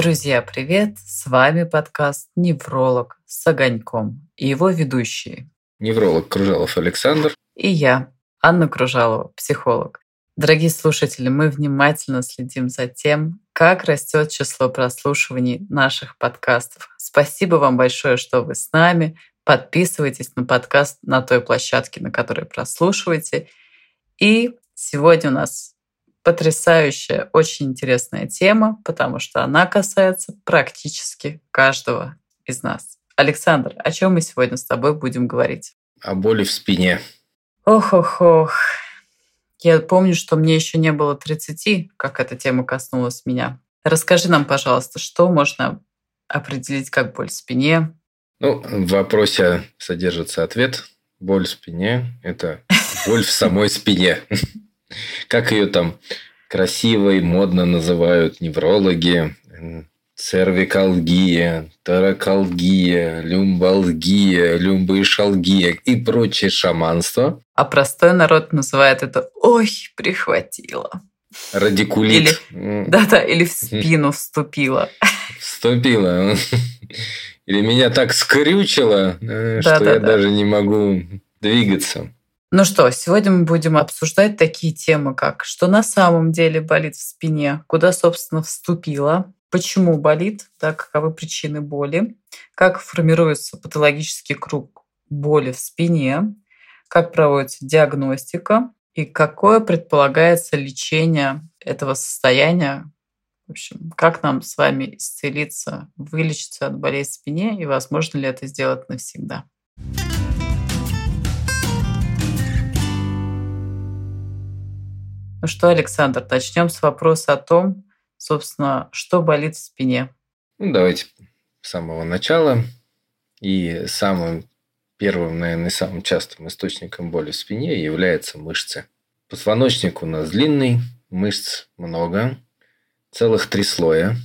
Друзья, привет! С вами подкаст «Невролог» с Огоньком и его ведущие. Невролог Кружалов Александр. И я, Анна Кружалова, психолог. Дорогие слушатели, мы внимательно следим за тем, как растет число прослушиваний наших подкастов. Спасибо вам большое, что вы с нами. Подписывайтесь на подкаст на той площадке, на которой прослушиваете. И сегодня у нас потрясающая, очень интересная тема, потому что она касается практически каждого из нас. Александр, о чем мы сегодня с тобой будем говорить? О боли в спине. Ох. Я помню, что мне еще не было 30, как эта тема коснулась меня. Расскажи нам, пожалуйста, что можно определить как боль в спине? В вопросе содержится ответ. Боль в спине – это боль в самой спине. Как ее там красиво и модно называют неврологи. Цервикалгия, торакалгия, люмбалгия, люмбоишалгия и прочее шаманство. А простой народ называет это «ой, прихватило». Радикулит. Или в спину вступила. Вступила. Или меня так скрючило, что я даже не могу двигаться. Ну что, сегодня мы будем обсуждать такие темы, как что на самом деле болит в спине, куда, собственно, вступила, почему болит, каковы причины боли, как формируется патологический круг боли в спине, как проводится диагностика и какое предполагается лечение этого состояния. В общем, как нам с вами исцелиться, вылечиться от болей в спине и возможно ли это сделать навсегда. Ну что, Александр, начнем с вопроса о том, собственно, что болит в спине. Давайте с самого начала. И самым первым, наверное, самым частым источником боли в спине являются мышцы. Позвоночник у нас длинный, мышц много, целых 3 слоя.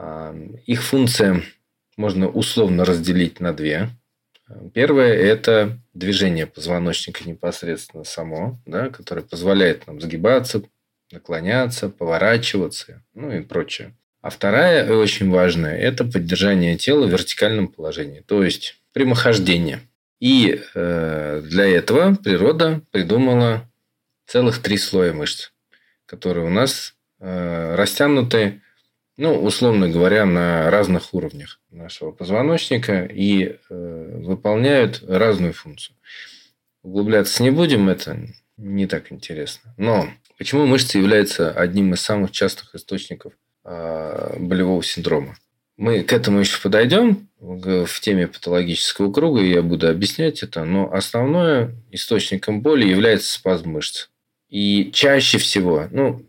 Их функция можно условно разделить на 2. Первое – это движение позвоночника непосредственно само, которое позволяет нам сгибаться, наклоняться, поворачиваться, и прочее. А вторая, и очень важная, это поддержание тела в вертикальном положении, то есть прямохождение. И для этого природа придумала целых 3 слоя мышц, которые у нас растянуты, условно говоря, на разных уровнях нашего позвоночника и выполняют разную функцию. Углубляться не будем, это не так интересно. Но почему мышцы являются одним из самых частых источников болевого синдрома? Мы к этому еще подойдем в теме патологического круга, и я буду объяснять это, но основной источником боли является спазм мышц. И чаще всего,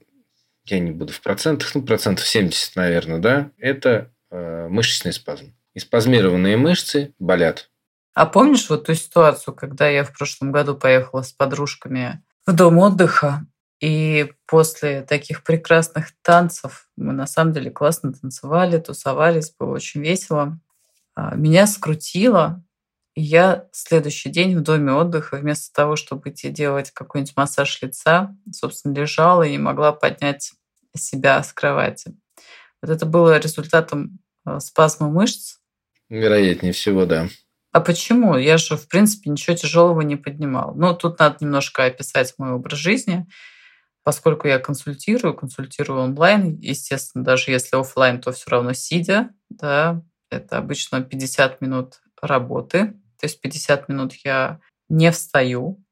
я не буду в процентах, процентов 70, наверное, это мышечный спазм. И спазмированные мышцы болят. А помнишь вот ту ситуацию, когда я в прошлом году поехала с подружками в дом отдыха, и после таких прекрасных танцев мы на самом деле классно танцевали, тусовались, было очень весело. Меня скрутило, и я следующий день в доме отдыха вместо того, чтобы идти делать какой-нибудь массаж лица, собственно, лежала и не могла поднять себя с кровати. Вот это было результатом спазма мышц. Вероятнее всего, да. А почему? Я же, в принципе, ничего тяжелого не поднимала. Тут надо немножко описать мой образ жизни, поскольку я консультирую онлайн. Естественно, даже если офлайн, то все равно сидя. Да, это обычно 50 минут работы. То есть 50 минут я не встаю,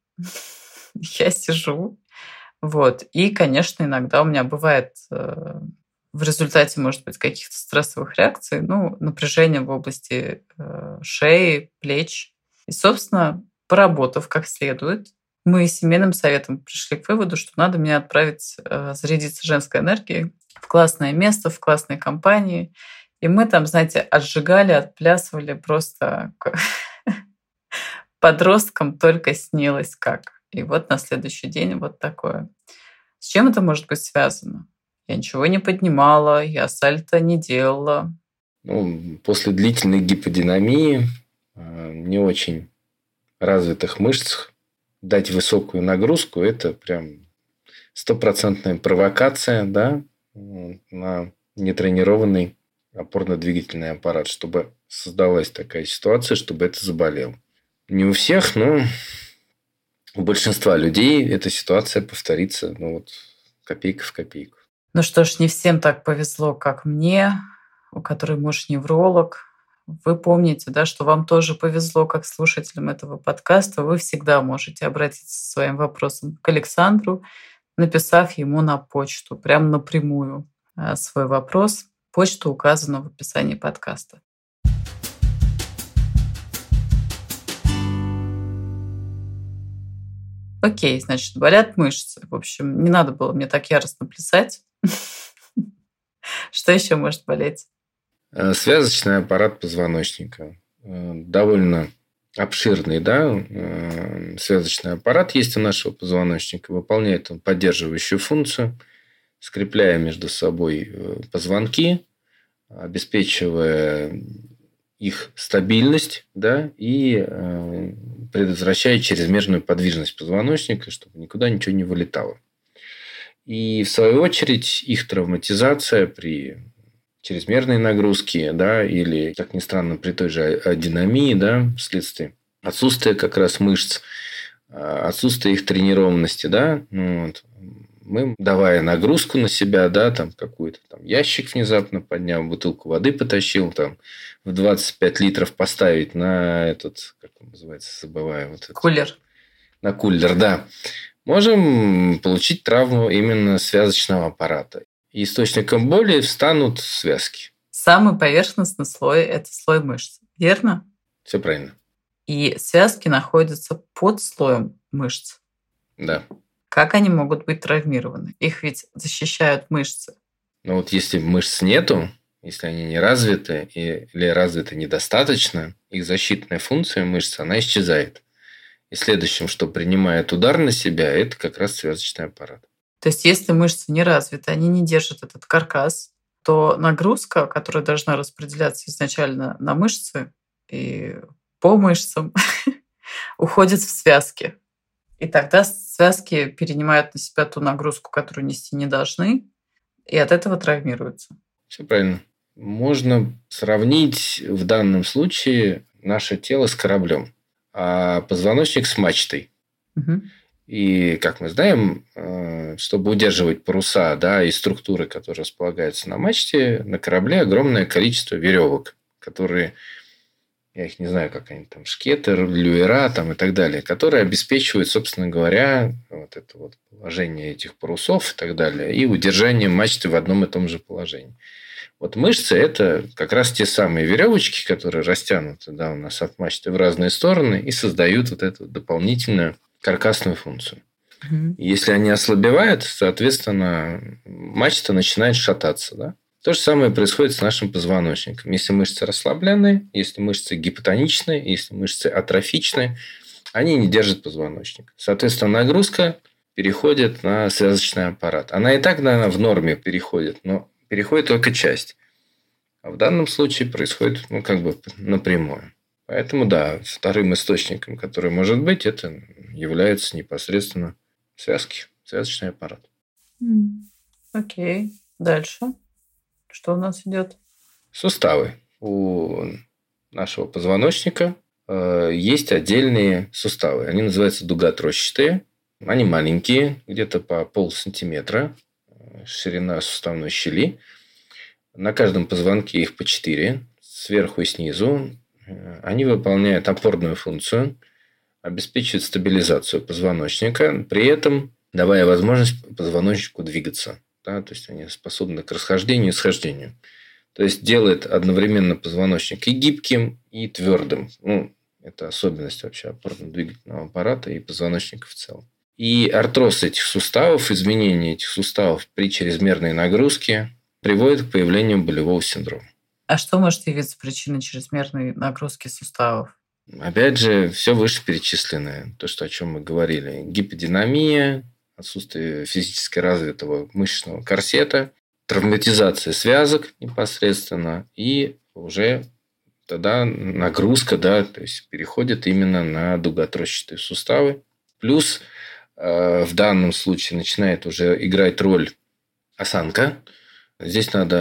я сижу. И, конечно, иногда у меня бывает в результате, может быть, каких-то стрессовых реакций, напряжение в области шеи, плеч. И, собственно, поработав как следует, мы с семейным советом пришли к выводу, что надо меня отправить зарядиться женской энергией в классное место, в классной компании. И мы там, знаете, отжигали, отплясывали просто подросткам только снилось как. И вот на следующий день вот такое. С чем это может быть связано? Я ничего не поднимала, я сальто не делала. После длительной гиподинамии, не очень развитых мышц, дать высокую нагрузку – это прям 100% провокация, на нетренированный опорно-двигательный аппарат, чтобы создалась такая ситуация, чтобы это заболел. Не у всех, но у большинства людей эта ситуация повторится копейка в копейку. Ну что ж, не всем так повезло, как мне, у которой муж невролог. Вы помните, да, что вам тоже повезло, как слушателям этого подкаста. Вы всегда можете обратиться со своим вопросом к Александру, написав ему на почту, прямо напрямую свой вопрос. Почта указана в описании подкаста. Окей, значит, болят мышцы. В общем, не надо было мне так яростно плясать. Что еще может болеть? Связочный аппарат позвоночника. Довольно обширный, да, связочный аппарат есть у нашего позвоночника. Выполняет он поддерживающую функцию, скрепляя между собой позвонки, обеспечивая их стабильность, да, и предотвращая чрезмерную подвижность позвоночника, чтобы никуда ничего не вылетало. И, в свою очередь, их травматизация при чрезмерной нагрузке, да, или, как ни странно, при той же адинамии, да, вследствие отсутствия как раз мышц, отсутствия их тренированности, да, мы, давая нагрузку на себя, да, там какой-то там ящик внезапно поднял, бутылку воды потащил, там в 25 литров поставить на этот, как он называется, забываю. Кулер. На кулер, да. Можем получить травму именно связочного аппарата. И источником боли станут связки. Самый поверхностный слой – это слой мышц, верно? Все правильно. И связки находятся под слоем мышц. Да. Как они могут быть травмированы? Их ведь защищают мышцы. Но если мышц нету, если они не развиты или развиты недостаточно, их защитная функция мышц, она исчезает. И следующим, что принимает удар на себя, это как раз связочный аппарат. То есть, если мышцы не развиты, они не держат этот каркас, то нагрузка, которая должна распределяться изначально на мышцы и по мышцам, уходит в связки. И тогда связки перенимают на себя ту нагрузку, которую нести не должны, и от этого травмируются. Все правильно. Можно сравнить в данном случае наше тело с кораблем, а позвоночник с мачтой. Угу. И, как мы знаем, чтобы удерживать паруса, да, и структуры, которые располагаются на мачте, на корабле огромное количество веревок, которые, я их не знаю, как они там, шкеты, люэра там, и так далее, которые обеспечивают, собственно говоря, вот это вот положение этих парусов и так далее, и удержание мачты в одном и том же положении. Вот мышцы – это как раз те самые веревочки, которые растянуты, да, у нас от мачты в разные стороны и создают вот эту дополнительную каркасную функцию. Если они ослабевают, соответственно, мачта начинает шататься. Да? То же самое происходит с нашим позвоночником. Если мышцы расслаблены, если мышцы гипотоничны, если мышцы атрофичны, они не держат позвоночник. Соответственно, нагрузка переходит на связочный аппарат. Она и так, наверное, в норме переходит, но переходит только часть. А в данном случае происходит напрямую. Поэтому, да, вторым источником, который может быть, это является непосредственно связки, связочный аппарат. Окей. Дальше. Что у нас идет? Суставы. У нашего позвоночника есть отдельные суставы. Они называются дуготросчатые. Они маленькие, где-то по полсантиметра. Ширина суставной щели. На каждом позвонке их по 4. Сверху и снизу. Они выполняют опорную функцию, обеспечивают стабилизацию позвоночника, при этом давая возможность позвоночнику двигаться. Да, то есть, они способны к расхождению и схождению. То есть, делает одновременно позвоночник и гибким, и твердым. Это особенность вообще опорно-двигательного аппарата и позвоночника в целом. И артроз этих суставов, изменение этих суставов при чрезмерной нагрузке приводит к появлению болевого синдрома. А что может явиться причиной чрезмерной нагрузки суставов? Опять же, все вышеперечисленное, то, о чем мы говорили. Гиподинамия, отсутствие физически развитого мышечного корсета, травматизация связок непосредственно, и уже тогда нагрузка, да, то есть переходит именно на дуготросчатые суставы. Плюс в данном случае начинает уже играть роль осанка. Здесь надо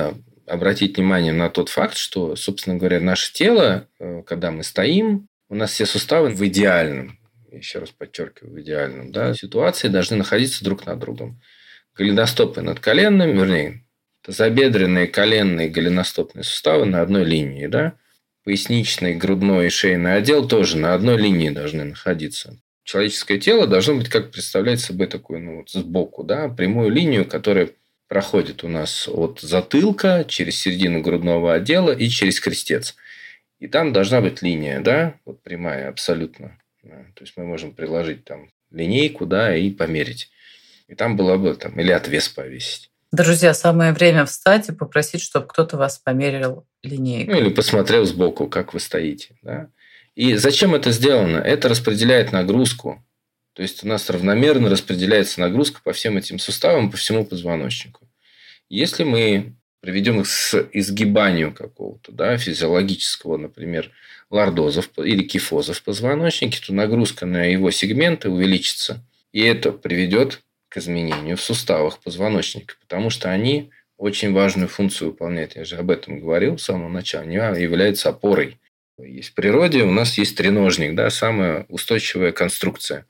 обратить внимание на тот факт, что, собственно говоря, наше тело, когда мы стоим, у нас все суставы в идеальном, еще раз подчеркиваю, в идеальном, да, ситуации должны находиться друг над другом. Голеностопы над коленными, вернее, тазобедренные, коленные, голеностопные суставы на одной линии, да. Поясничный, грудной и шейный отдел тоже на одной линии должны находиться. Человеческое тело должно быть, как представлять собой такую, сбоку, да, прямую линию, которая проходит у нас от затылка через середину грудного отдела и через крестец. И там должна быть линия, да, вот прямая абсолютно. Да. То есть мы можем приложить там линейку, да, и померить. И там было бы там или отвес повесить. Друзья, самое время встать и попросить, чтобы кто-то вас померил линейку. Или посмотрел сбоку, как вы стоите. Да? И зачем это сделано? Это распределяет нагрузку. То есть, у нас равномерно распределяется нагрузка по всем этим суставам, по всему позвоночнику. Если мы приведем их с изгибанию какого-то, да, физиологического, например, лордозов или кифоза в позвоночнике, то нагрузка на его сегменты увеличится. И это приведет к изменению в суставах позвоночника, потому что они очень важную функцию выполняют. Я же об этом говорил с самого начала. Они являются опорой. В природе у нас есть треножник, да, самая устойчивая конструкция.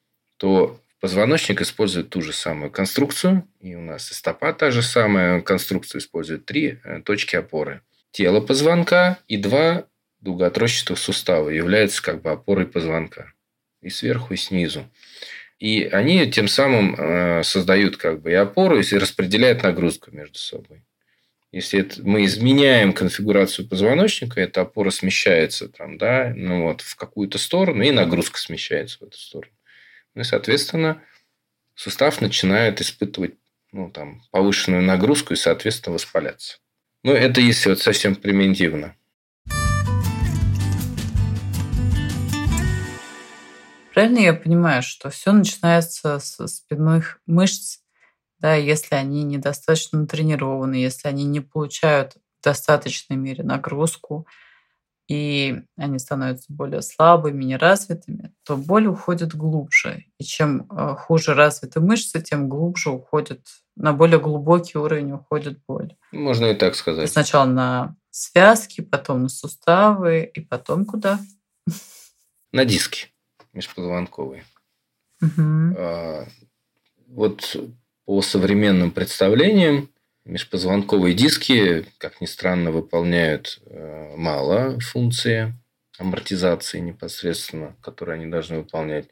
То позвоночник использует ту же самую конструкцию, и у нас и стопа та же самая конструкцию использует 3 точки опоры. Тело позвонка и 2 дугоотросчатых сустава являются как бы опорой позвонка. И сверху, и снизу. И они тем самым создают как бы и опору, и распределяют нагрузку между собой. Если мы изменяем конфигурацию позвоночника, эта опора смещается там, да, в какую-то сторону, и нагрузка смещается в эту сторону. И, соответственно, сустав начинает испытывать повышенную нагрузку и, соответственно, воспаляться. Это если вот совсем примитивно. Правильно я понимаю, что все начинается со спинных мышц, да, если они недостаточно тренированы, если они не получают в достаточной мере нагрузку, и они становятся более слабыми, неразвитыми, то боль уходит глубже. И чем хуже развиты мышцы, тем глубже уходит, на более глубокий уровень уходит боль. Можно и так сказать. Сначала на связки, потом на суставы, и потом куда? На диски межпозвонковые. Угу. Вот по современным представлениям межпозвонковые диски, как ни странно, выполняют мало функции амортизации непосредственно, которые они должны выполнять.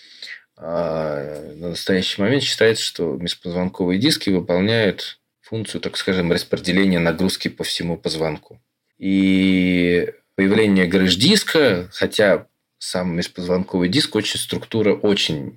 На настоящий момент считается, что межпозвонковые диски выполняют функцию, так скажем, распределения нагрузки по всему позвонку. И появление грыж диска, хотя сам межпозвонковый диск структура очень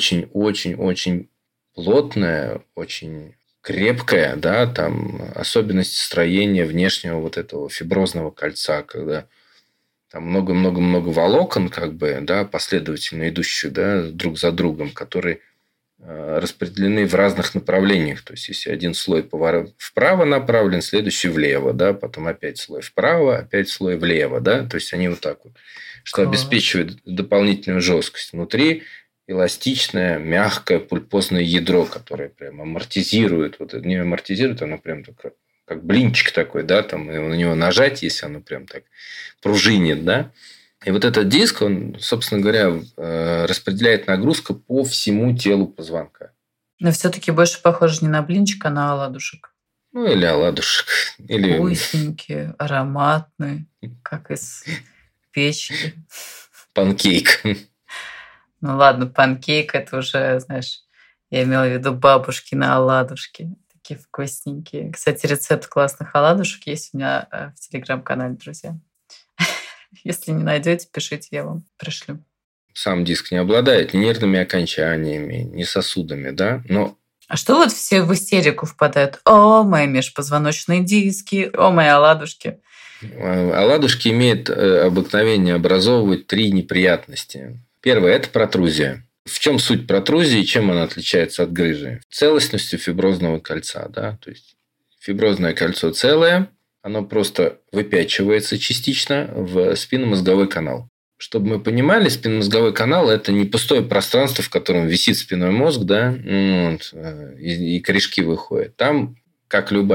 плотная, очень крепкая, да, там особенности строения внешнего вот этого фиброзного кольца, когда там много-много-много волокон, как бы, да, последовательно идущих, да, друг за другом, которые распределены в разных направлениях. То есть, если один слой вправо направлен, следующий влево, да, потом опять слой вправо, опять слой влево, да, то есть, они вот так вот, что обеспечивает дополнительную жесткость. Внутри эластичное, мягкое пульпозное ядро, которое прям амортизирует. Вот не амортизирует, оно прям как блинчик такой, да, там, и на него нажать, если оно прям так пружинит, да. И вот этот диск, он, собственно говоря, распределяет нагрузку по всему телу позвонка. Но все-таки больше похоже не на блинчик, а на оладушек. Или оладушек. Или... Вкусненькие, ароматные, как из печки. Панкейк. Ну ладно, панкейк – это уже, знаешь, я имела в виду бабушкины оладушки. Такие вкусненькие. Кстати, рецепт классных оладушек есть у меня в Телеграм-канале, друзья. Если не найдете, пишите, я вам пришлю. Сам диск не обладает ни нервными окончаниями, ни сосудами, да, но... А что вот все в истерику впадают? О, мои межпозвоночные диски, о, мои оладушки. Оладушки имеют обыкновение образовывать 3 неприятности. Первое – это протрузия. В чем суть протрузии и чем она отличается от грыжи? Целостностью фиброзного кольца, да, то есть фиброзное кольцо целое, оно просто выпячивается частично в спинномозговой канал. Чтобы мы понимали, спинномозговой канал – это не пустое пространство, в котором висит спинной мозг, да, и корешки выходят. Там, как любая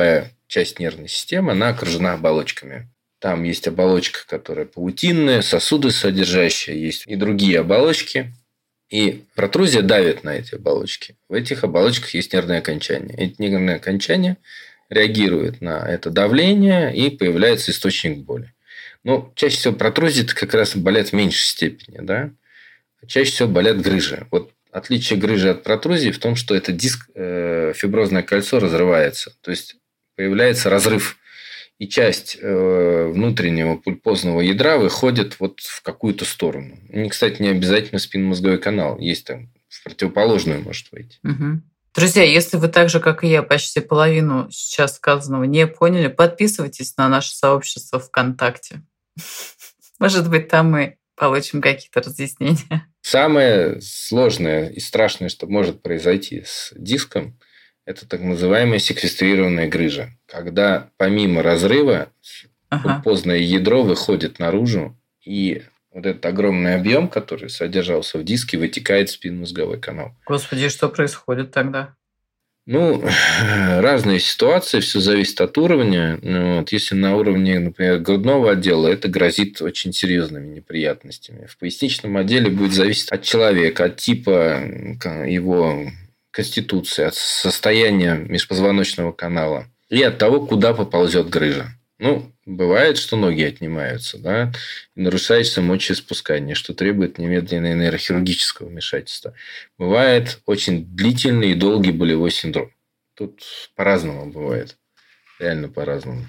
часть нервной системы, она окружена оболочками. Там есть оболочка, которая паутинная, сосуды содержащие, есть и другие оболочки. И протрузия давит на эти оболочки. В этих оболочках есть нервные окончания. Эти нервные окончания реагируют на это давление, и появляется источник боли. Но чаще всего протрузии как раз болят в меньшей степени. Да? Чаще всего болят грыжи. Вот отличие грыжи от протрузии в том, что это диск, фиброзное кольцо разрывается. То есть появляется разрыв. И часть внутреннего пульпозного ядра выходит вот в какую-то сторону. И, кстати, не обязательно спинномозговой канал. Есть там в противоположную может выйти. Угу. Друзья, если вы так же, как и я, почти половину сейчас сказанного не поняли, подписывайтесь на наше сообщество ВКонтакте. Может быть, там мы получим какие-то разъяснения. Самое сложное и страшное, что может произойти с диском, это так называемая секвестрированная грыжа. Когда помимо разрыва пульпозное ядро выходит наружу, и вот этот огромный объем, который содержался в диске, вытекает в спинномозговой канал. Господи, что происходит тогда? Ну, разные ситуации, все зависит от уровня. Вот, если на уровне, например, грудного отдела, это грозит очень серьезными неприятностями. В поясничном отделе будет зависеть от человека, от типа его конституции, от состояния межпозвоночного канала и от того, куда поползет грыжа. Ну, бывает, что ноги отнимаются, да, и нарушается мочеиспускание, что требует немедленного нейрохирургического вмешательства. Бывает очень длительный и долгий болевой синдром. Тут по-разному бывает. Реально по-разному.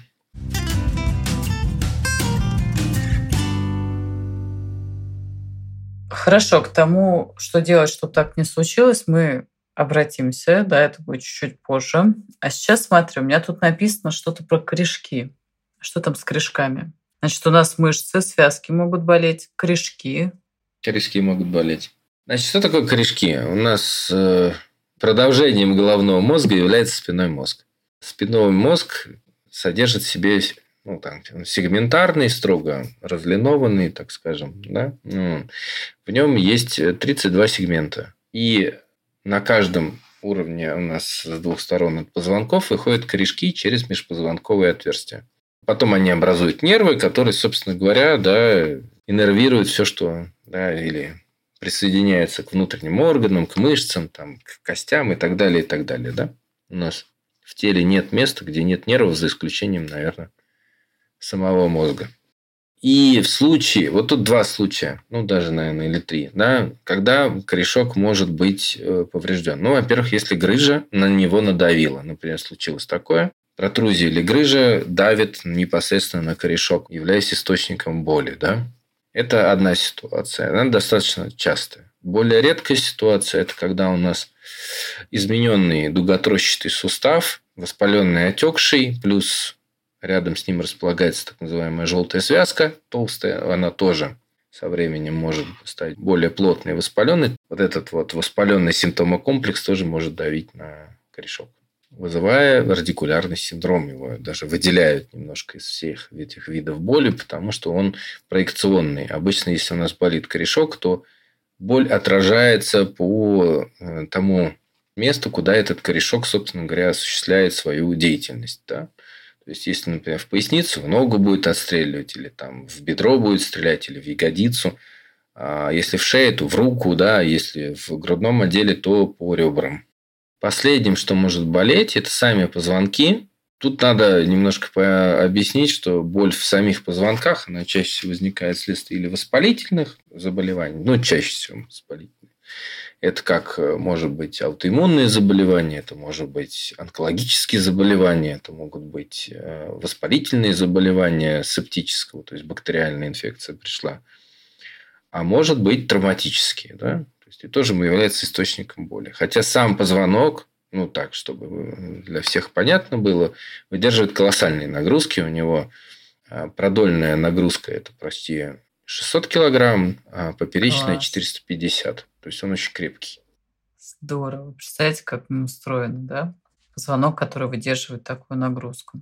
Хорошо, к тому, что делать, чтобы так не случилось, мы обратимся, да, это будет чуть-чуть позже. А сейчас, смотри, у меня тут написано что-то про корешки. Что там с корешками? Значит, у нас мышцы, связки могут болеть, корешки. Корешки могут болеть. Значит, что такое корешки? У нас продолжением головного мозга является спинной мозг. Спинной мозг содержит в себе сегментарный, строго разлинованный, так скажем. Да? В нем есть 32 сегмента. И на каждом уровне у нас с двух сторон от позвонков выходят корешки через межпозвонковые отверстия. Потом они образуют нервы, которые, собственно говоря, да, иннервируют все, что или присоединяется к внутренним органам, к мышцам, там, к костям и так далее, и так далее. Да? У нас в теле нет места, где нет нервов, за исключением, наверное, самого мозга. И в случае, вот тут два случая, даже, наверное, или три, да, когда корешок может быть поврежден. Во-первых, если грыжа на него надавила, например, случилось такое, протрузия или грыжа давит непосредственно на корешок, являясь источником боли. Да? Это одна ситуация. Она достаточно частая. Более редкая ситуация – это когда у нас измененный дуготросчатый сустав, воспаленный, отекший, плюс рядом с ним располагается так называемая желтая связка, толстая. Она тоже со временем может стать более плотной и воспаленной. Вот этот вот воспаленный симптомокомплекс тоже может давить на корешок, вызывая радикулярный синдром. Его даже выделяют немножко из всех этих видов боли, потому что он проекционный. Обычно, если у нас болит корешок, то боль отражается по тому месту, куда этот корешок, собственно говоря, осуществляет свою деятельность. Да? То есть, если, например, в поясницу, в ногу будет отстреливать, или там в бедро будет стрелять, или в ягодицу. А если в шею, то в руку, да, если в грудном отделе, то по ребрам. Последним, что может болеть, это сами позвонки. Тут надо немножко объяснить, что боль в самих позвонках, она чаще всего возникает вследствие или воспалительных заболеваний, чаще всего воспалительных. Это как может быть аутоиммунные заболевания, это может быть онкологические заболевания, это могут быть воспалительные заболевания септического, то есть бактериальная инфекция пришла. А может быть травматические, да? То есть, и тоже является источником боли. Хотя сам позвонок, так, чтобы для всех понятно было, выдерживает колоссальные нагрузки. У него продольная нагрузка – это, 600 килограмм, а поперечная – 450. То есть, он очень крепкий. Здорово. Представляете, как он устроен, да? Позвонок, который выдерживает такую нагрузку.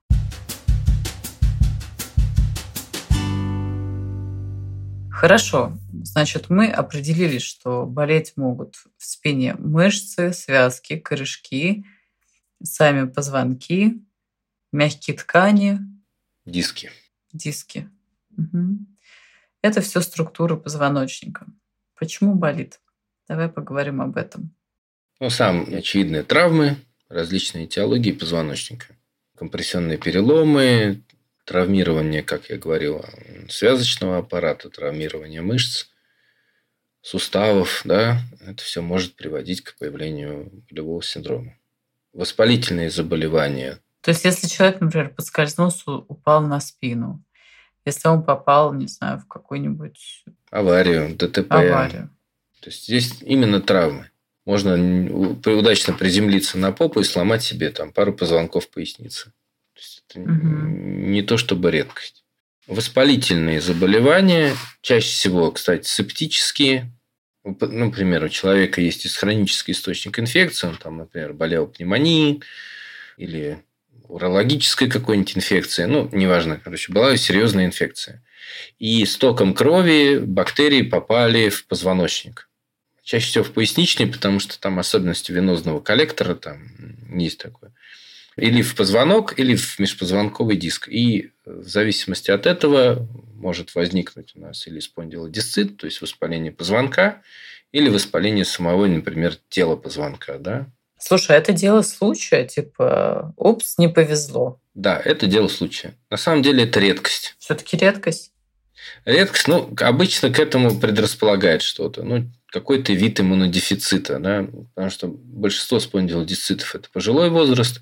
Хорошо. Значит, мы определили, что болеть могут в спине мышцы, связки, корешки, сами позвонки. Мягкие ткани, Диски. диски. Мгм. Это все структура позвоночника. Почему болит? Давай поговорим об этом. Самые очевидные травмы, различные этиологии позвоночника. Компрессионные переломы, травмирование, как я говорил, связочного аппарата, травмирование мышц, суставов, да, это все может приводить к появлению болевого синдрома. Воспалительные заболевания. То есть, если человек, например, поскользнулся, упал на спину, если он попал, не знаю, в какую-нибудь Аварию, ДТП. аварию. То есть, здесь именно травмы. Можно удачно приземлиться на попу и сломать себе там пару позвонков поясницы. То есть, это не то чтобы редкость. Воспалительные заболевания, чаще всего, кстати, септические. Например, у человека есть хронический источник инфекции, он там, например, болел пневмонией или урологической какой-нибудь инфекцией, неважно, была серьезная инфекция. И с током крови бактерии попали в позвоночник. Чаще всего в поясничный, потому что там особенности венозного коллектора там есть такое. Или в позвонок, или в межпозвонковый диск. И в зависимости от этого может возникнуть у нас или спондилодисцит, то есть воспаление позвонка, или воспаление самого, например, тела позвонка. Да? Слушай, это дело случая, типа, упс, не повезло. Да, это дело случая. На самом деле это редкость. Все-таки редкость? Редкость, обычно к этому предрасполагает что-то. Какой-то вид иммунодефицита. Да? Потому что большинство спондилодисцитов – это пожилой возраст.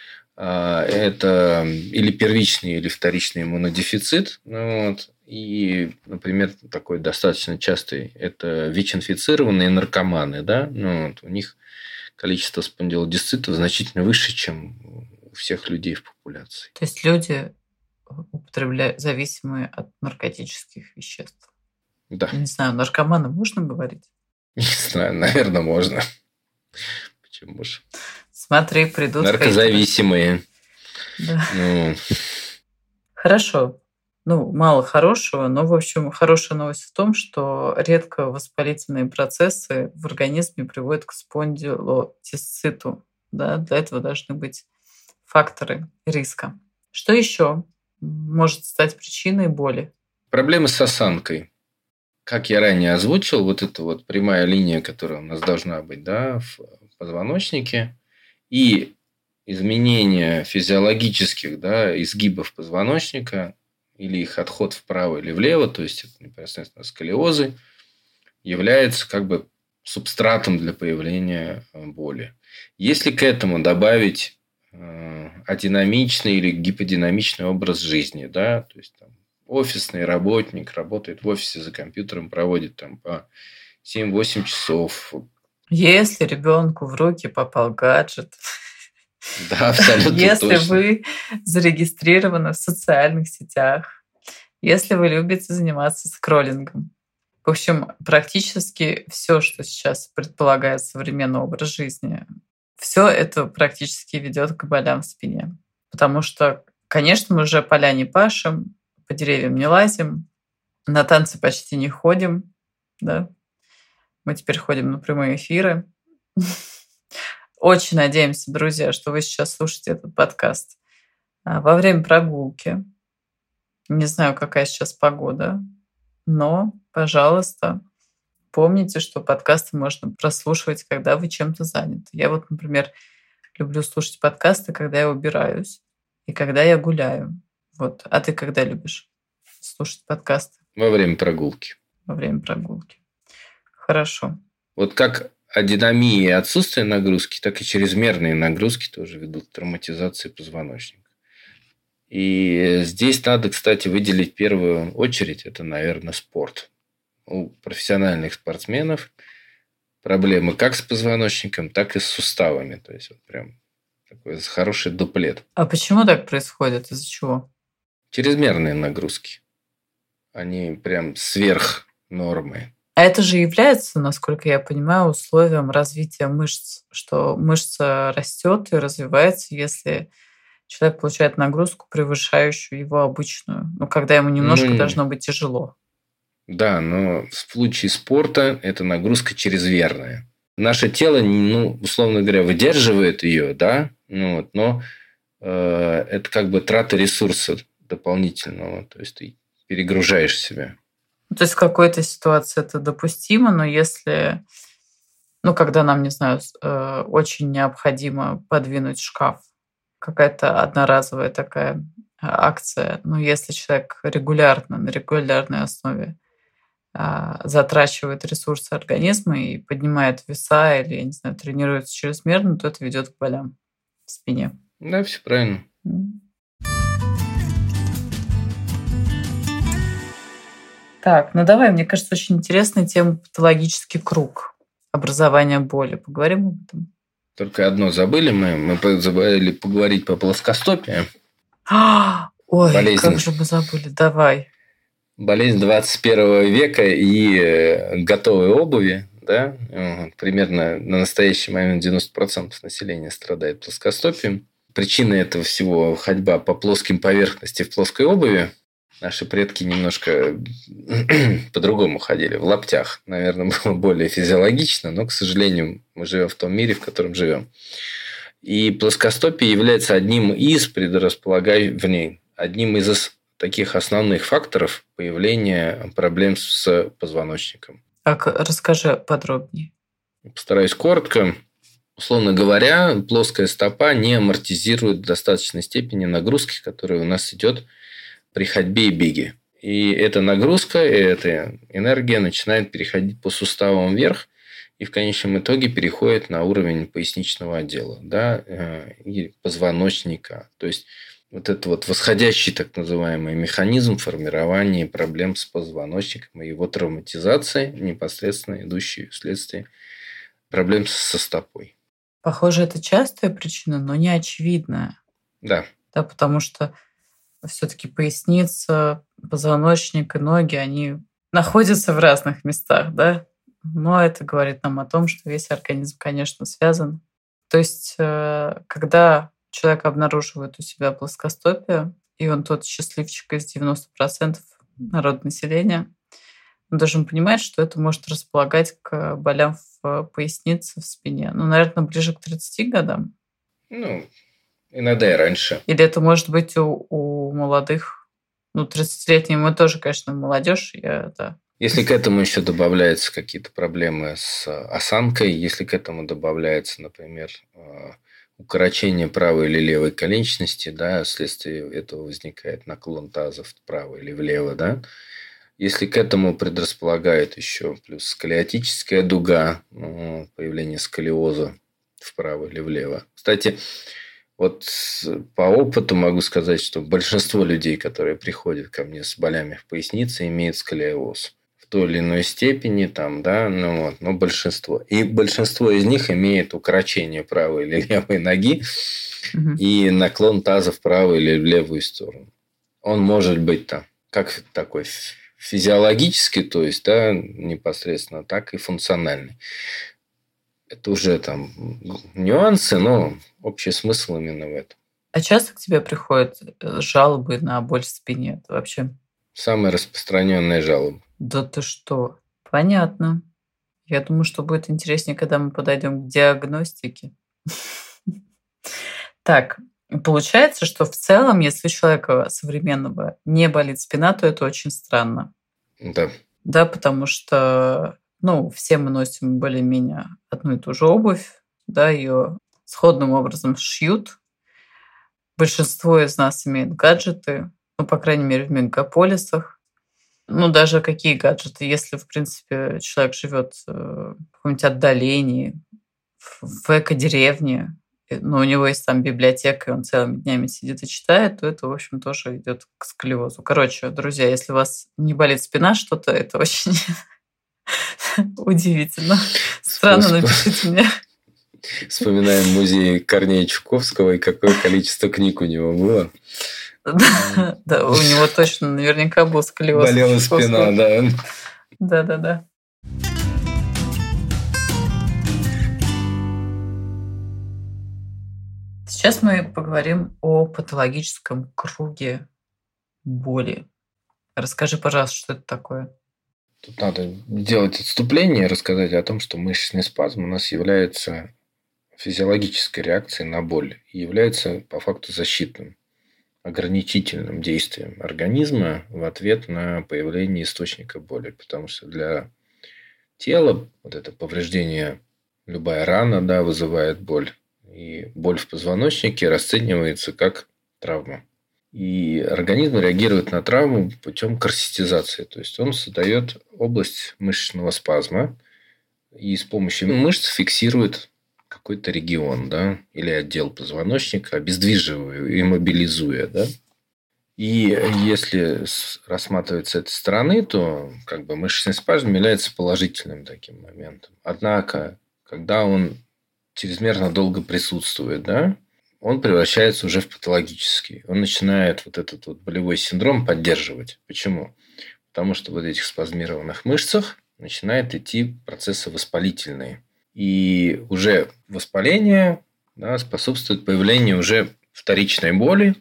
Это или первичный, или вторичный иммунодефицит. И, например, такой достаточно частый – это ВИЧ-инфицированные наркоманы. Да? У них количество спондилодисцитов значительно выше, чем у всех людей в популяции. То есть люди употребляют зависимые от наркотических веществ. Да. Не знаю, наркоманы можно говорить? Не знаю, наверное, можно. Почему же? Смотри, придут наркозависимые. Да. Хорошо. Мало хорошего, но, в общем, хорошая новость в том, что редко воспалительные процессы в организме приводят к спондилодисциту. Да? Для этого должны быть факторы риска. Что еще может стать причиной боли? Проблемы с осанкой. Как я ранее озвучил, вот эта вот прямая линия, которая у нас должна быть, да, в позвоночнике, и изменение физиологических, да, изгибов позвоночника или их отход вправо или влево, то есть это непосредственно сколиозы, является как бы субстратом для появления боли. Если к этому добавить адинамичный или гиподинамичный образ жизни, да, то есть там, офисный работник работает в офисе за компьютером, проводит там по 7-8 часов. Если ребенку в руки попал гаджет, да, абсолютно если точно. вы зарегистрированы в социальных сетях, если вы любите заниматься скроллингом. В общем, практически все, что сейчас предполагает современный образ жизни, все это практически ведет к болям в спине. Потому что, конечно, мы уже поля не пашем, по деревьям не лазим, на танцы почти не ходим, да. Мы теперь ходим на прямые эфиры. Очень надеемся, друзья, что вы сейчас слушаете этот подкаст во время прогулки. Не знаю, какая сейчас погода, но, пожалуйста, помните, что подкасты можно прослушивать, когда вы чем-то заняты. Я вот, например, люблю слушать подкасты, когда я убираюсь и когда я гуляю. Вот. А ты когда любишь слушать подкасты? Во время прогулки. Во время прогулки. Хорошо. Вот как адинамия и отсутствие нагрузки, так и чрезмерные нагрузки тоже ведут к травматизации позвоночника. И здесь надо, кстати, выделить в первую очередь, это, наверное, спорт. У профессиональных спортсменов проблемы как с позвоночником, так и с суставами. То есть, вот прям такой хороший дуплет. А почему так происходит? Из-за чего? Чрезмерные нагрузки. Они прям сверх нормы. А это же является, насколько я понимаю, условием развития мышц, что мышца растет и развивается, если человек получает нагрузку, превышающую его обычную. Когда ему немножко должно быть тяжело. Да, но в случае спорта это нагрузка чрезмерная. Наше тело, условно говоря, выдерживает ее, да, но это как бы трата ресурса дополнительного. То есть ты перегружаешь себя. То есть в какой-то ситуации это допустимо, но если, когда нам, не знаю, очень необходимо подвинуть шкаф, какая-то одноразовая такая акция, но если человек регулярно, на регулярной основе затрачивает ресурсы организма и поднимает веса или, я не знаю, тренируется чрезмерно, то это ведет к болям в спине. Да, все правильно. Так, давай, мне кажется, очень интересная тема патологический круг образования боли. Поговорим об этом? Только одно забыли мы забыли поговорить по плоскостопию. Ой, болезнь. Как же мы забыли, давай. Болезнь 21 века и готовой обуви, да, примерно на настоящий момент 90% населения страдает плоскостопием. Причина этого всего – ходьба по плоским поверхностям в плоской обуви. Наши предки немножко по-другому ходили, в лаптях. Наверное, было более физиологично, но, к сожалению, мы живем в том мире, в котором живем. И плоскостопие является одним из одним из таких основных факторов появления проблем с позвоночником. Расскажи подробнее. Постараюсь коротко. Условно говоря, плоская стопа не амортизирует в достаточной степени нагрузки, которая у нас идет при ходьбе и беге. И эта нагрузка, и эта энергия начинает переходить по суставам вверх и в конечном итоге переходит на уровень поясничного отдела, да, и позвоночника. То есть вот этот восходящий так называемый механизм формирования проблем с позвоночником и его травматизации, непосредственно идущие вследствие проблем со стопой. Похоже, это частая причина, но не очевидная. Да. Да, потому что все-таки поясница, позвоночник и ноги, они находятся в разных местах, да? Но это говорит нам о том, что весь организм, конечно, связан. То есть, когда человек обнаруживает у себя плоскостопие, и он тот счастливчик из 90% народа населения, он должен понимать, что это может располагать к болям в пояснице, в спине. Наверное, ближе к 30 годам. Иногда и раньше. Или это может быть у молодых, 30-летние мы тоже, конечно, молодежь. Если к этому еще добавляются какие-то проблемы с осанкой, если к этому добавляется, например, укорочение правой или левой коленчатости, да, вследствие этого возникает наклон таза вправо или влево, да. Если к этому предрасполагает еще плюс сколиотическая дуга, появление сколиоза вправо или влево. Кстати, по опыту могу сказать, что большинство людей, которые приходят ко мне с болями в пояснице, имеют сколиоз. В той или иной степени, но большинство. И большинство из них имеет укорочение правой или левой ноги и наклон таза в правую или в левую сторону. Он может быть как такой физиологический, то есть, непосредственно, так и функциональный. Это уже нюансы, но общий смысл именно в этом. А часто к тебе приходят жалобы на боль в спине? Это вообще самая распространенная жалоба. Да ты что? Понятно. Я думаю, что будет интереснее, когда мы подойдем к диагностике. Так, получается, что в целом, если у человека современного не болит спина, то это очень странно. Да. Да, потому что все мы носим более-менее одну и ту же обувь, да, ее сходным образом шьют. Большинство из нас имеет гаджеты, по крайней мере, в мегаполисах. Даже какие гаджеты? Если, в принципе, человек живет в каком-нибудь отдалении, в эко-деревне, но у него есть там библиотека, и он целыми днями сидит и читает, то это, в общем, тоже идет к сколиозу. Короче, друзья, если у вас не болит спина, что-то это очень удивительно. Странно, напишите мне. Вспоминаем музей Корнея Чуковского и какое количество книг у него было. Да, у него точно наверняка был сколиоз. Болела спина, да. Да. Сейчас мы поговорим о патологическом круге боли. Расскажи, пожалуйста, что это такое? Тут надо сделать отступление и рассказать о том, что мышечный спазм у нас является физиологической реакцией на боль и является по факту защитным, ограничительным действием организма в ответ на появление источника боли. Потому что для тела вот это повреждение, любая рана, да, вызывает боль. И боль в позвоночнике расценивается как травма. И организм реагирует на травму путем корсетизации. То есть он создает область мышечного спазма и с помощью мышц фиксирует какой-то регион, да, или отдел позвоночника, обездвиживая и мобилизуя, да. И если рассматривать с этой стороны, то как бы мышечный спазм является положительным таким моментом. Однако, когда он чрезмерно долго присутствует, да, он превращается уже в патологический. Он начинает вот этот вот болевой синдром поддерживать. Почему? Потому что в вот этих спазмированных мышцах начинают идти процессы воспалительные. И уже воспаление, да, способствует появлению уже вторичной боли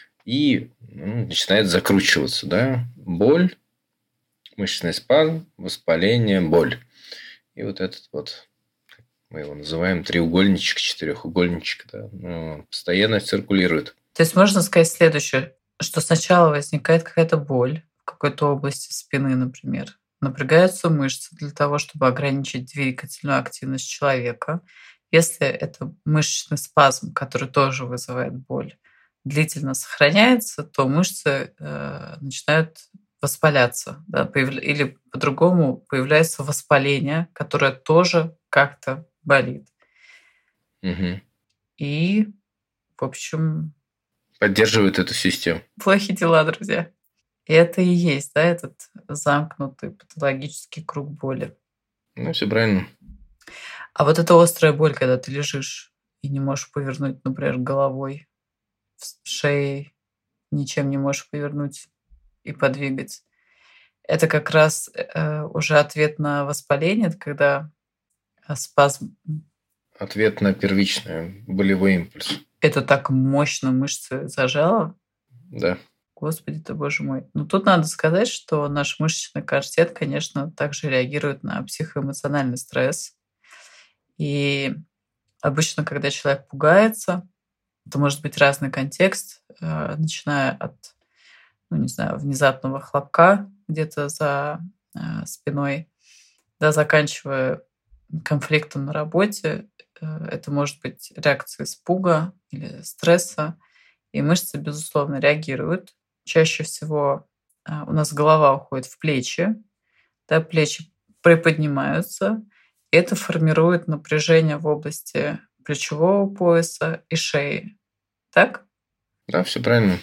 и начинает закручиваться. Да? Боль, мышечный спазм, воспаление, боль. И вот этот вот, мы его называем треугольничек, четырехугольничек, да, постоянно циркулирует. То есть можно сказать следующее, что сначала возникает какая-то боль в какой-то области спины, например. Напрягаются мышцы для того, чтобы ограничить двигательную активность человека. Если это мышечный спазм, который тоже вызывает боль, длительно сохраняется, то мышцы начинают воспаляться. Да, или по-другому появляется воспаление, которое тоже как-то болит. Угу. И, в общем... поддерживает эту систему. Плохие дела, друзья. И это и есть, да, этот замкнутый патологический круг боли. Ну, все правильно. А вот эта острая боль, когда ты лежишь и не можешь повернуть, например, головой, шеей, ничем не можешь повернуть и подвигать, это как раз уже ответ на воспаление, это когда спазм. Ответ на первичный болевой импульс. Это так мощно мышцы зажало. Да. Господи ты, боже мой. Но тут надо сказать, что наш мышечный корсет, конечно, также реагирует на психоэмоциональный стресс. И обычно, когда человек пугается, это может быть разный контекст, начиная от, внезапного хлопка где-то за спиной, да, заканчивая конфликтом на работе. Это может быть реакция испуга или стресса. И мышцы, безусловно, реагируют. Чаще всего у нас голова уходит в плечи, да, плечи приподнимаются, и это формирует напряжение в области плечевого пояса и шеи. Так? Да, все правильно.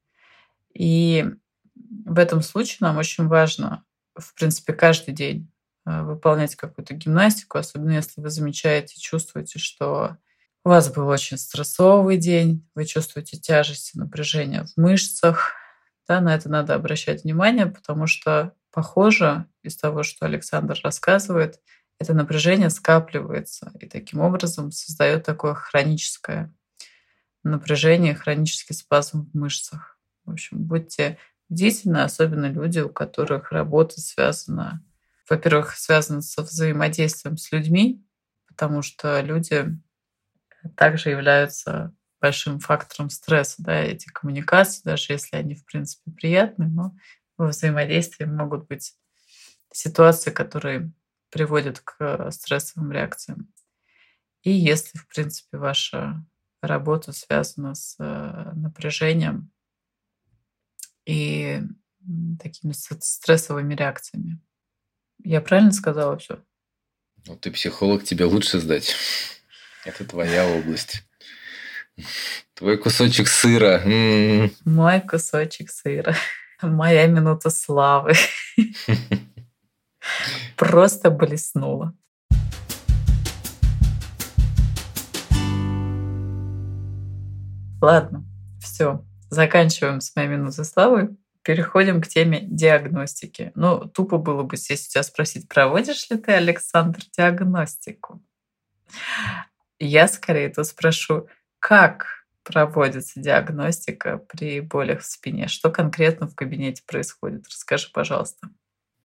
И в этом случае нам очень важно, в принципе, каждый день выполнять какую-то гимнастику, особенно если вы замечаете, чувствуете, что у вас был очень стрессовый день, вы чувствуете тяжесть и напряжение в мышцах. Да, на это надо обращать внимание, потому что, похоже, из того, что Александр рассказывает, это напряжение скапливается и таким образом создает такое хроническое напряжение, хронический спазм в мышцах. В общем, будьте бдительны, особенно люди, у которых работа связана, во-первых, связана со взаимодействием с людьми, потому что люди также являются большим фактором стресса, да, эти коммуникации, даже если они, в принципе, приятны, но во взаимодействии могут быть ситуации, которые приводят к стрессовым реакциям. И если, в принципе, ваша работа связана с напряжением и такими стрессовыми реакциями. Я правильно сказала все? Ну, ты психолог, тебе лучше сдать. Это твоя область. Твой кусочек сыра. Мой кусочек сыра. Моя минута славы. Просто блеснула. Ладно, все. Заканчиваем с моей минутой славы. Переходим к теме диагностики. Ну, тупо было бы здесь у тебя спросить, проводишь ли ты, Александр, диагностику? Я скорее тут спрошу, как проводится диагностика при болях в спине? Что конкретно в кабинете происходит? Расскажи, пожалуйста.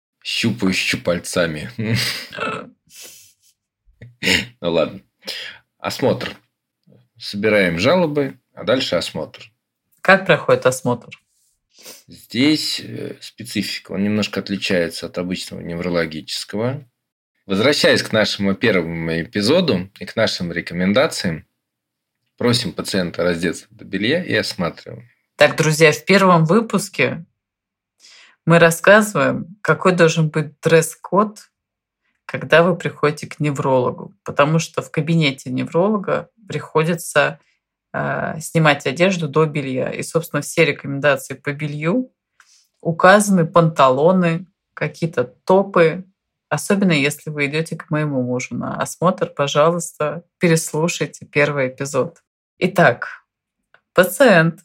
Щупаю щупальцами. Ну ладно. Осмотр. Собираем жалобы, а дальше осмотр. Как проходит осмотр? Здесь специфика. Он немножко отличается от обычного неврологического. Возвращаясь к нашему первому эпизоду и к нашим рекомендациям, просим пациента раздеться до белья и осматриваем. Так, друзья, в первом выпуске мы рассказываем, какой должен быть дресс-код, когда вы приходите к неврологу. Потому что в кабинете невролога приходится снимать одежду до белья. И, собственно, все рекомендации по белью указаны: панталоны, какие-то топы. Особенно если вы идете к моему мужу на осмотр, пожалуйста, переслушайте первый эпизод. Итак, пациент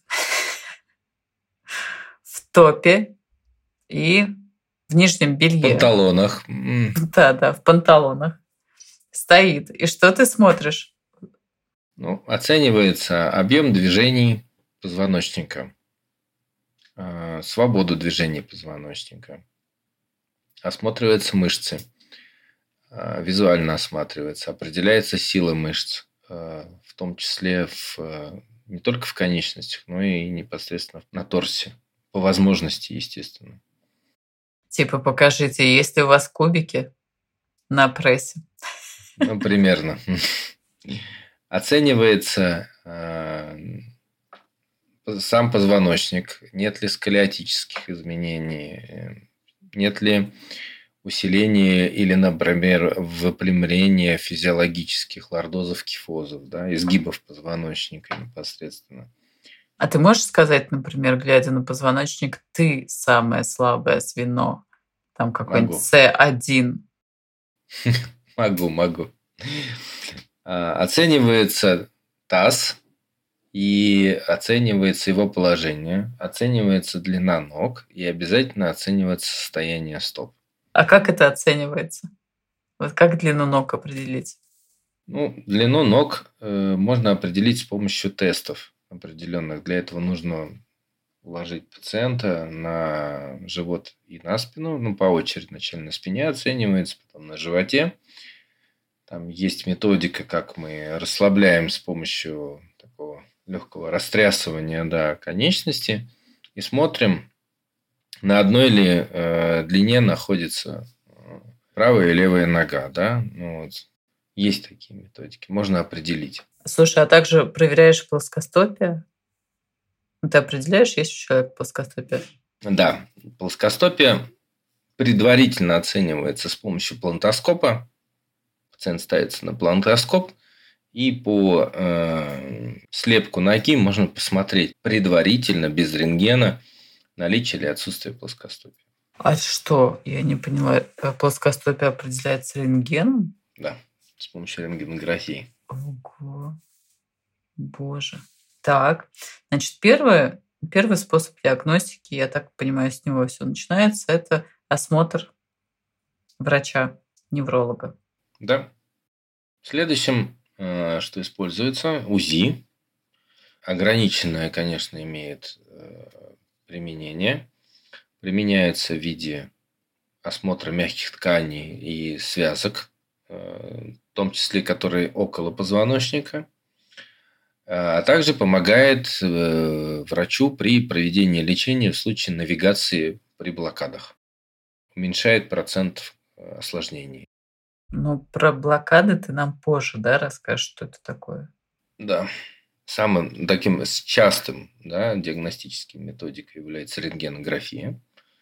в топе и в нижнем белье. В панталонах. Да, в панталонах. Стоит. И что ты смотришь? Оценивается объем движений позвоночника, свободу движения позвоночника. Осматриваются мышцы, визуально осматривается, определяется сила мышц, в том числе не только в конечностях, но и непосредственно на торсе, по возможности, естественно. Типа покажите, есть ли у вас кубики на прессе. Примерно. Оценивается сам позвоночник, нет ли сколиотических изменений, нет ли усиления или, например, выпрямления физиологических лордозов, кифозов, изгибов позвоночника непосредственно. А ты можешь сказать, например, глядя на позвоночник, ты самое слабое звено? Там какой-нибудь С1. Могу. Оценивается таз и оценивается его положение, оценивается длина ног и обязательно оценивается состояние стоп. А как это оценивается? Вот как длину ног определить? Длину ног можно определить с помощью тестов определенных. Для этого нужно уложить пациента на живот и на спину. По очереди вначале на спине оценивается, потом на животе. Там есть методика, как мы расслабляем с помощью такого легкого растрясывания конечности и смотрим, на одной ли длине находится правая и левая нога. Есть такие методики, можно определить. Слушай, а также проверяешь плоскостопие? Ты определяешь, есть у человека плоскостопие? Да, плоскостопие предварительно оценивается с помощью плантоскопа. Пациент ставится на плантоскоп, и по слепку ноги можно посмотреть предварительно, без рентгена, наличие или отсутствие плоскостопия. А что? Я не поняла. Плоскостопие определяется рентгеном? Да, с помощью рентгенографии. Ого. Боже. Так, значит, первый способ диагностики, я так понимаю, с него все начинается, это осмотр врача, невролога. Да. Следующим, что используется, УЗИ. Ограниченное, конечно, имеет применение. Применяется в виде осмотра мягких тканей и связок, в том числе, которые около позвоночника. А также помогает врачу при проведении лечения в случае навигации при блокадах. Уменьшает процент осложнений. Про блокады ты нам позже, расскажешь, что это такое? Да. Самым таким частым диагностическим методикой является рентгенография.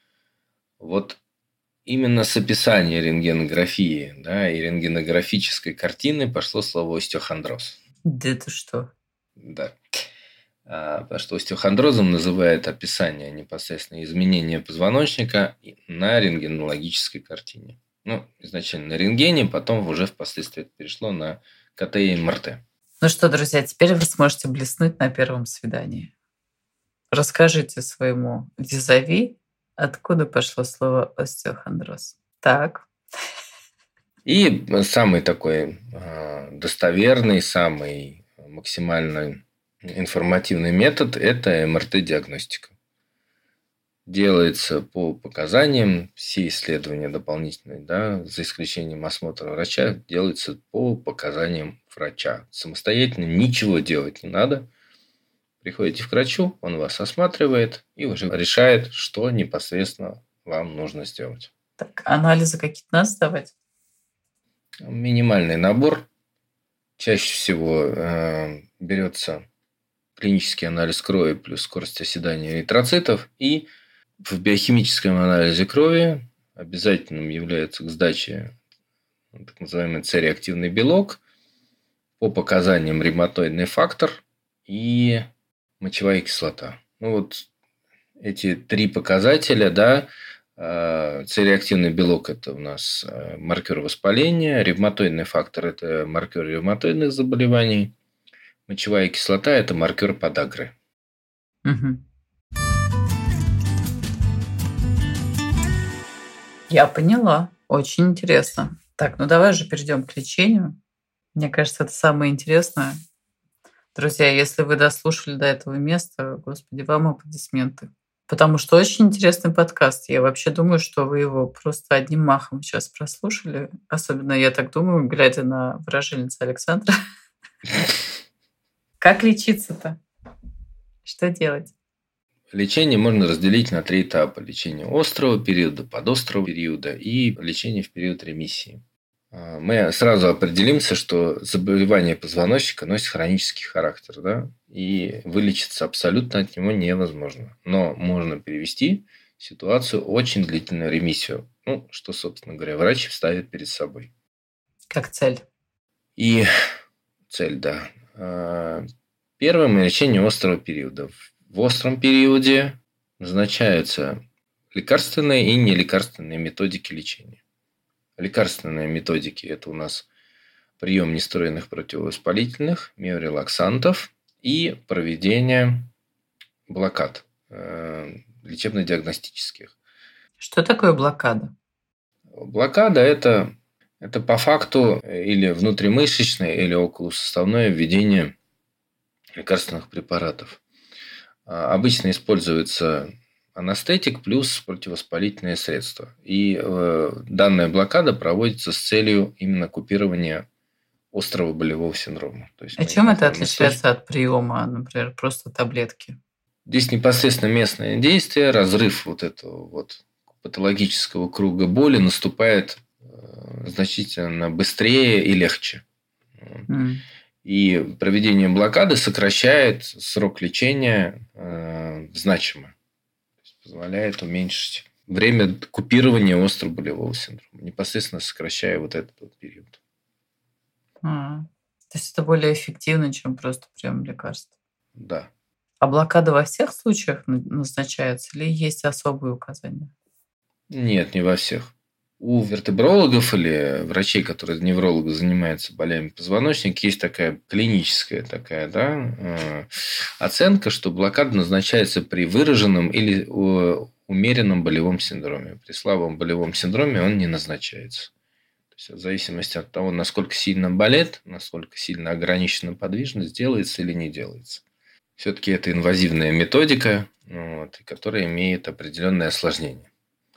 Именно с описания рентгенографии и рентгенографической картины пошло слово остеохондроз. Да ты что? Да. Потому что остеохондрозом называют описание непосредственно изменения позвоночника на рентгенологической картине. Изначально на рентгене, потом уже впоследствии это перешло на КТ и МРТ. Что, друзья, теперь вы сможете блеснуть на первом свидании. Расскажите своему визави, откуда пошло слово остеохондроз. Так. И самый такой достоверный, самый максимально информативный метод – это МРТ-диагностика. Делается по показаниям, все исследования дополнительные, за исключением осмотра врача, делаются по показаниям врача. Самостоятельно ничего делать не надо. Приходите к врачу, он вас осматривает и уже решает, что непосредственно вам нужно сделать. Так, анализы какие-то надо сдавать? Минимальный набор. Чаще всего берется клинический анализ крови плюс скорость оседания эритроцитов. И в биохимическом анализе крови обязательным является к сдаче так называемый С-реактивный белок, по показаниям ревматоидный фактор и мочевая кислота. Ну, вот эти три показателя, да, С-реактивный белок – это у нас маркер воспаления, ревматоидный фактор – это маркер ревматоидных заболеваний, мочевая кислота – это маркер подагры. Угу. Я поняла. Очень интересно. Так, ну давай же перейдем к лечению. Мне кажется, это самое интересное. Друзья, если вы дослушали до этого места, господи, вам аплодисменты. Потому что очень интересный подкаст. Я вообще думаю, что вы его просто одним махом сейчас прослушали. Особенно я так думаю, глядя на выражение лица Александра. Как лечиться-то? Что делать? Лечение можно разделить на 3 этапа. Лечение острого периода, подострого периода и лечение в период ремиссии. Мы сразу определимся, что заболевание позвоночника носит хронический характер, да, и вылечиться абсолютно от него невозможно. Но можно перевести ситуацию в очень длительную ремиссию. Ну, что, собственно говоря, врач ставит перед собой. Как цель. И цель, да. Первое – лечение острого периода. В остром периоде назначаются лекарственные и нелекарственные методики лечения. Лекарственные методики – это у нас прием нестероидных противовоспалительных, миорелаксантов и проведение блокад лечебно-диагностических. Что такое блокада? Блокада – это по факту или внутримышечное, или околосуставное введение лекарственных препаратов. Обычно используется анестетик плюс противовоспалительные средства. И данная блокада проводится с целью именно купирования острого болевого синдрома. То есть чем это отличается от приема, например, просто таблетки? Здесь непосредственно местное действие, разрыв вот этого вот патологического круга боли наступает значительно быстрее и легче. И проведение блокады сокращает срок лечения значимо. Позволяет уменьшить время купирования острого болевого синдрома, непосредственно сокращая вот этот вот период. То есть это более эффективно, чем просто прием лекарств? Да. А блокада во всех случаях назначается или есть особые указания? Нет, не во всех. У вертебрологов или врачей, которые неврологи занимаются болями позвоночника, есть такая клиническая оценка, что блокада назначается при выраженном или умеренном болевом синдроме. При слабом болевом синдроме он не назначается. То есть, в зависимости от того, насколько сильно болит, насколько сильно ограничена подвижность, делается или не делается. Все-таки это инвазивная методика, которая имеет определенные осложнения.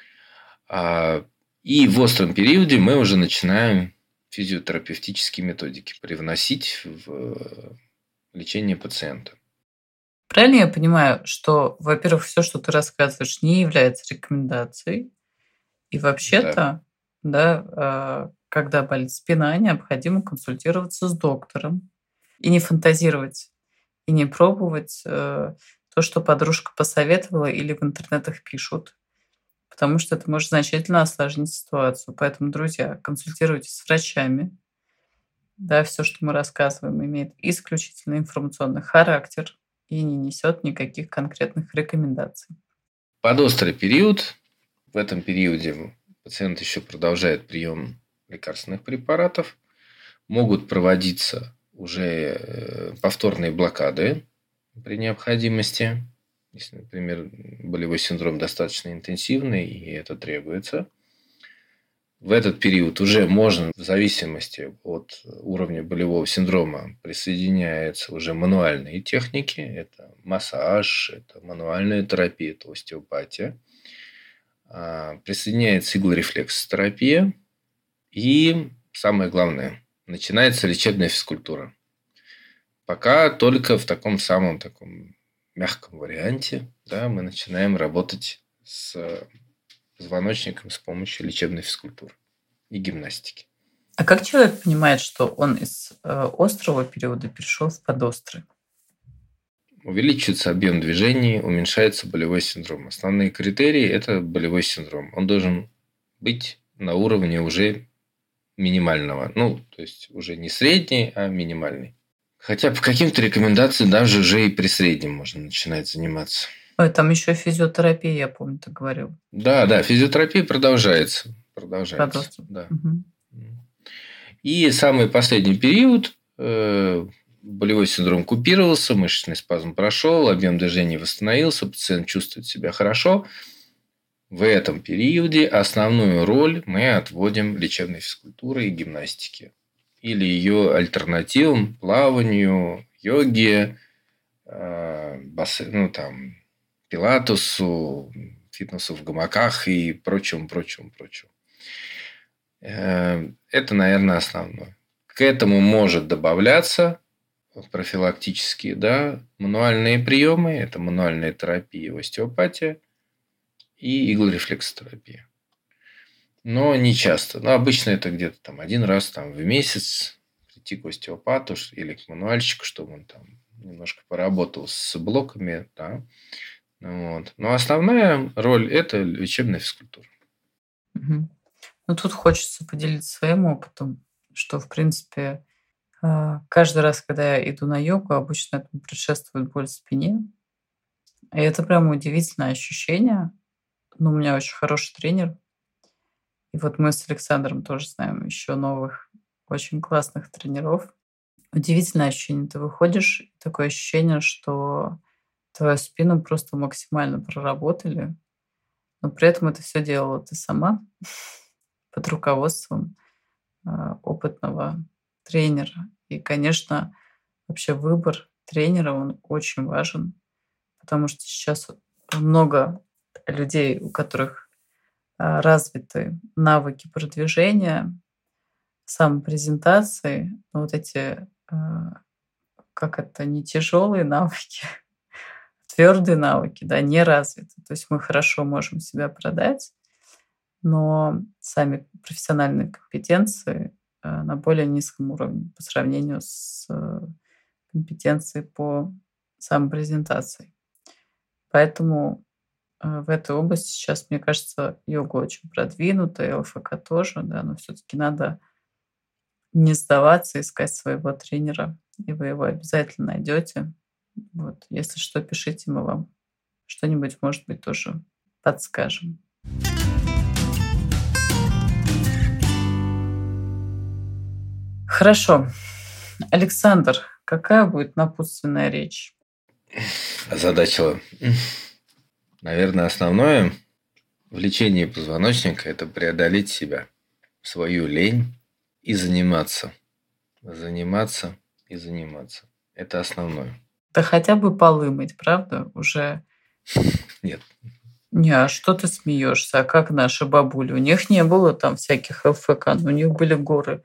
И в остром периоде мы уже начинаем физиотерапевтические методики привносить в лечение пациента. Правильно я понимаю, что, во-первых, все, что ты рассказываешь, не является рекомендацией, и вообще-то, когда болит спина, необходимо консультироваться с доктором и не фантазировать, и не пробовать то, что подружка посоветовала или в интернетах пишут, потому что это может значительно осложнить ситуацию. Поэтому, друзья, консультируйтесь с врачами. Да, все, что мы рассказываем, имеет исключительно информационный характер и не несет никаких конкретных рекомендаций. Подострый период. В этом периоде пациент еще продолжает прием лекарственных препаратов. Могут проводиться уже повторные блокады при необходимости. Если, например, болевой синдром достаточно интенсивный, и это требуется. В этот период уже можно, в зависимости от уровня болевого синдрома, присоединяются уже мануальные техники. Это массаж, это мануальная терапия, это остеопатия. Присоединяется иглорефлексотерапия. И самое главное, начинается лечебная физкультура. Пока только в таком самом таком мягком варианте, да, мы начинаем работать с позвоночником с помощью лечебной физкультуры и гимнастики. А как человек понимает, что он из острого периода перешел в подострый? Увеличивается объем движений, уменьшается болевой синдром. Основные критерии – это болевой синдром. Он должен быть на уровне уже минимального. То есть уже не средний, а минимальный. Хотя по каким-то рекомендациям даже уже и при среднем можно начинать заниматься. Ой, там еще физиотерапия, я помню, ты говорил. Да, физиотерапия продолжается. Подострый. Да. Угу. И самый последний период болевой синдром купировался, мышечный спазм прошел, объем движений восстановился, пациент чувствует себя хорошо. В этом периоде основную роль мы отводим лечебной физкультуре и гимнастике. Или ее альтернативам плаванию, йоге, пилатесу, фитнесу в гамаках и прочему. Это, наверное, основное. К этому может добавляться профилактические, мануальные приемы. Это мануальная терапия, остеопатия и иглорефлексотерапия. Но не часто. Обычно это где-то там один раз в месяц прийти к остеопату или к мануальщику, чтобы он там немножко поработал с блоками. Да. Но основная роль – это лечебная физкультура. Угу. Тут хочется поделиться своим опытом, что, в принципе, каждый раз, когда я иду на йогу, обычно этому предшествует боль в спине. И это прям удивительное ощущение. У меня очень хороший тренер. И вот мы с Александром тоже знаем еще новых, очень классных тренеров. Удивительное ощущение. Ты выходишь, такое ощущение, что твою спину просто максимально проработали. Но при этом это все делала ты сама под руководством опытного тренера. И, конечно, вообще выбор тренера, он очень важен, потому что сейчас много людей, у которых развиты навыки продвижения, самопрезентации, но эти, не тяжелые навыки, твердые навыки, не развиты. То есть мы хорошо можем себя продать, но сами профессиональные компетенции на более низком уровне по сравнению с компетенцией по самопрезентации. Поэтому в этой области сейчас, мне кажется, йога очень продвинута, и ЛФК тоже, но все-таки надо не сдаваться, искать своего тренера, и вы его обязательно найдете. Если что, пишите, мы вам что-нибудь, может быть, тоже подскажем. Хорошо. Александр, какая будет напутственная речь? Озадачила. Наверное, основное в лечении позвоночника – это преодолеть себя, свою лень и заниматься. Заниматься и заниматься. Это основное. Да хотя бы полы мыть, правда? Уже. Нет. А что ты смеешься? А как наши бабули? У них не было там всяких ЛФК, но у них были горы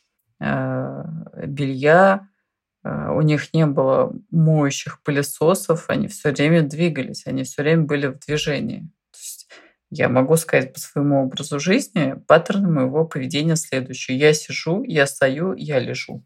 белья, у них не было моющих пылесосов, они все время двигались, они все время были в движении. То есть я могу сказать по своему образу жизни, паттерн моего поведения следующий. Я сижу, я стою, я лежу.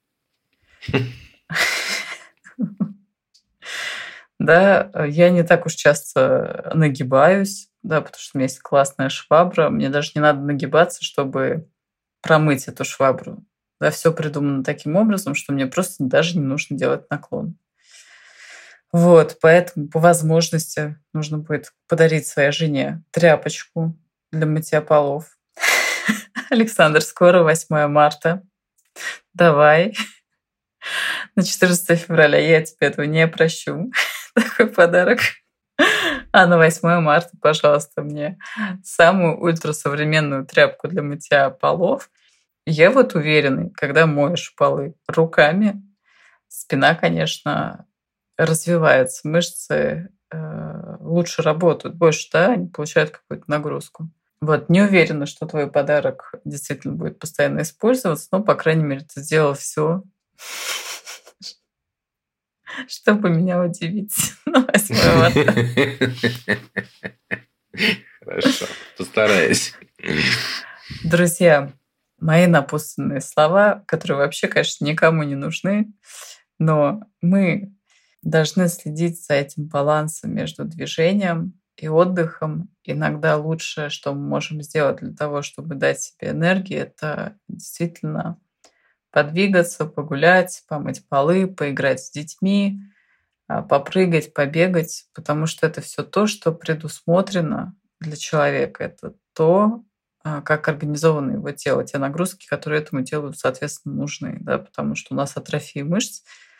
Я не так уж часто нагибаюсь, потому что у меня есть классная швабра. Мне даже не надо нагибаться, чтобы промыть эту швабру. Все придумано таким образом, что мне просто даже не нужно делать наклон. Поэтому по возможности нужно будет подарить своей жене тряпочку для мытья полов. Александр, скоро 8 марта. Давай. На 14 февраля я тебе этого не прощу. Такой подарок. А на 8 марта, пожалуйста, мне самую ультрасовременную тряпку для мытья полов. Я уверена, когда моешь полы руками, спина, конечно, развивается, мышцы лучше работают, больше, они получают какую-то нагрузку. Вот, не уверена, что твой подарок действительно будет постоянно использоваться, но, по крайней мере, ты сделал все, чтобы меня удивить на 8 марта. Хорошо, постараюсь. Друзья, мои напутственные слова, которые вообще, конечно, никому не нужны, но мы должны следить за этим балансом между движением и отдыхом. Иногда лучшее, что мы можем сделать для того, чтобы дать себе энергии, это действительно подвигаться, погулять, помыть полы, поиграть с детьми, попрыгать, побегать, потому что это все то, что предусмотрено для человека. Это то, как организовано его тело, те нагрузки, которые этому телу, соответственно, нужны, да, потому что у нас атрофия мышц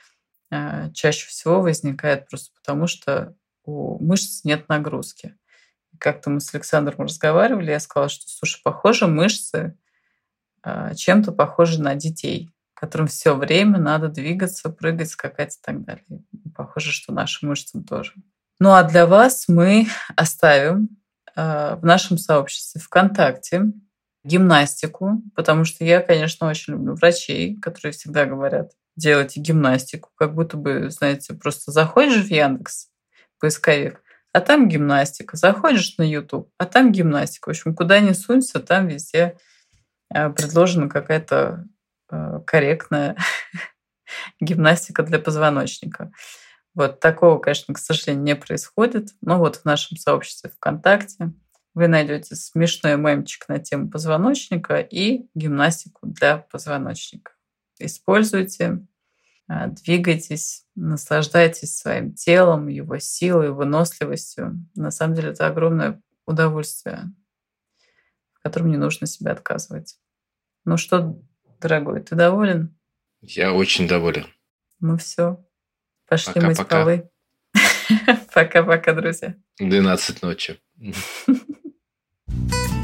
чаще всего возникает просто потому, что у мышц нет нагрузки. Как-то мы с Александром разговаривали, я сказала, что, слушай, похоже, мышцы чем-то похожи на детей, которым все время надо двигаться, прыгать, скакать и так далее. Похоже, что нашим мышцам тоже. Ну а для вас мы оставим в нашем сообществе ВКонтакте гимнастику, потому что я, конечно, очень люблю врачей, которые всегда говорят: делайте гимнастику, как будто бы, знаете, просто заходишь в Яндекс, поисковик, а там гимнастика, заходишь на YouTube, а там гимнастика. В общем, куда ни сунься, там везде предложена какая-то корректная гимнастика для позвоночника. Вот такого, конечно, к сожалению, не происходит. Но вот в нашем сообществе ВКонтакте вы найдете смешной мемчик на тему позвоночника и гимнастику для позвоночника. Используйте, двигайтесь, наслаждайтесь своим телом, его силой, выносливостью. На самом деле это огромное удовольствие, в котором не нужно себя отказывать. Ну что, дорогой, ты доволен? Я очень доволен. Ну все, пошли мыть Пока-пока. полы. Пока-пока, друзья. 12 ночи.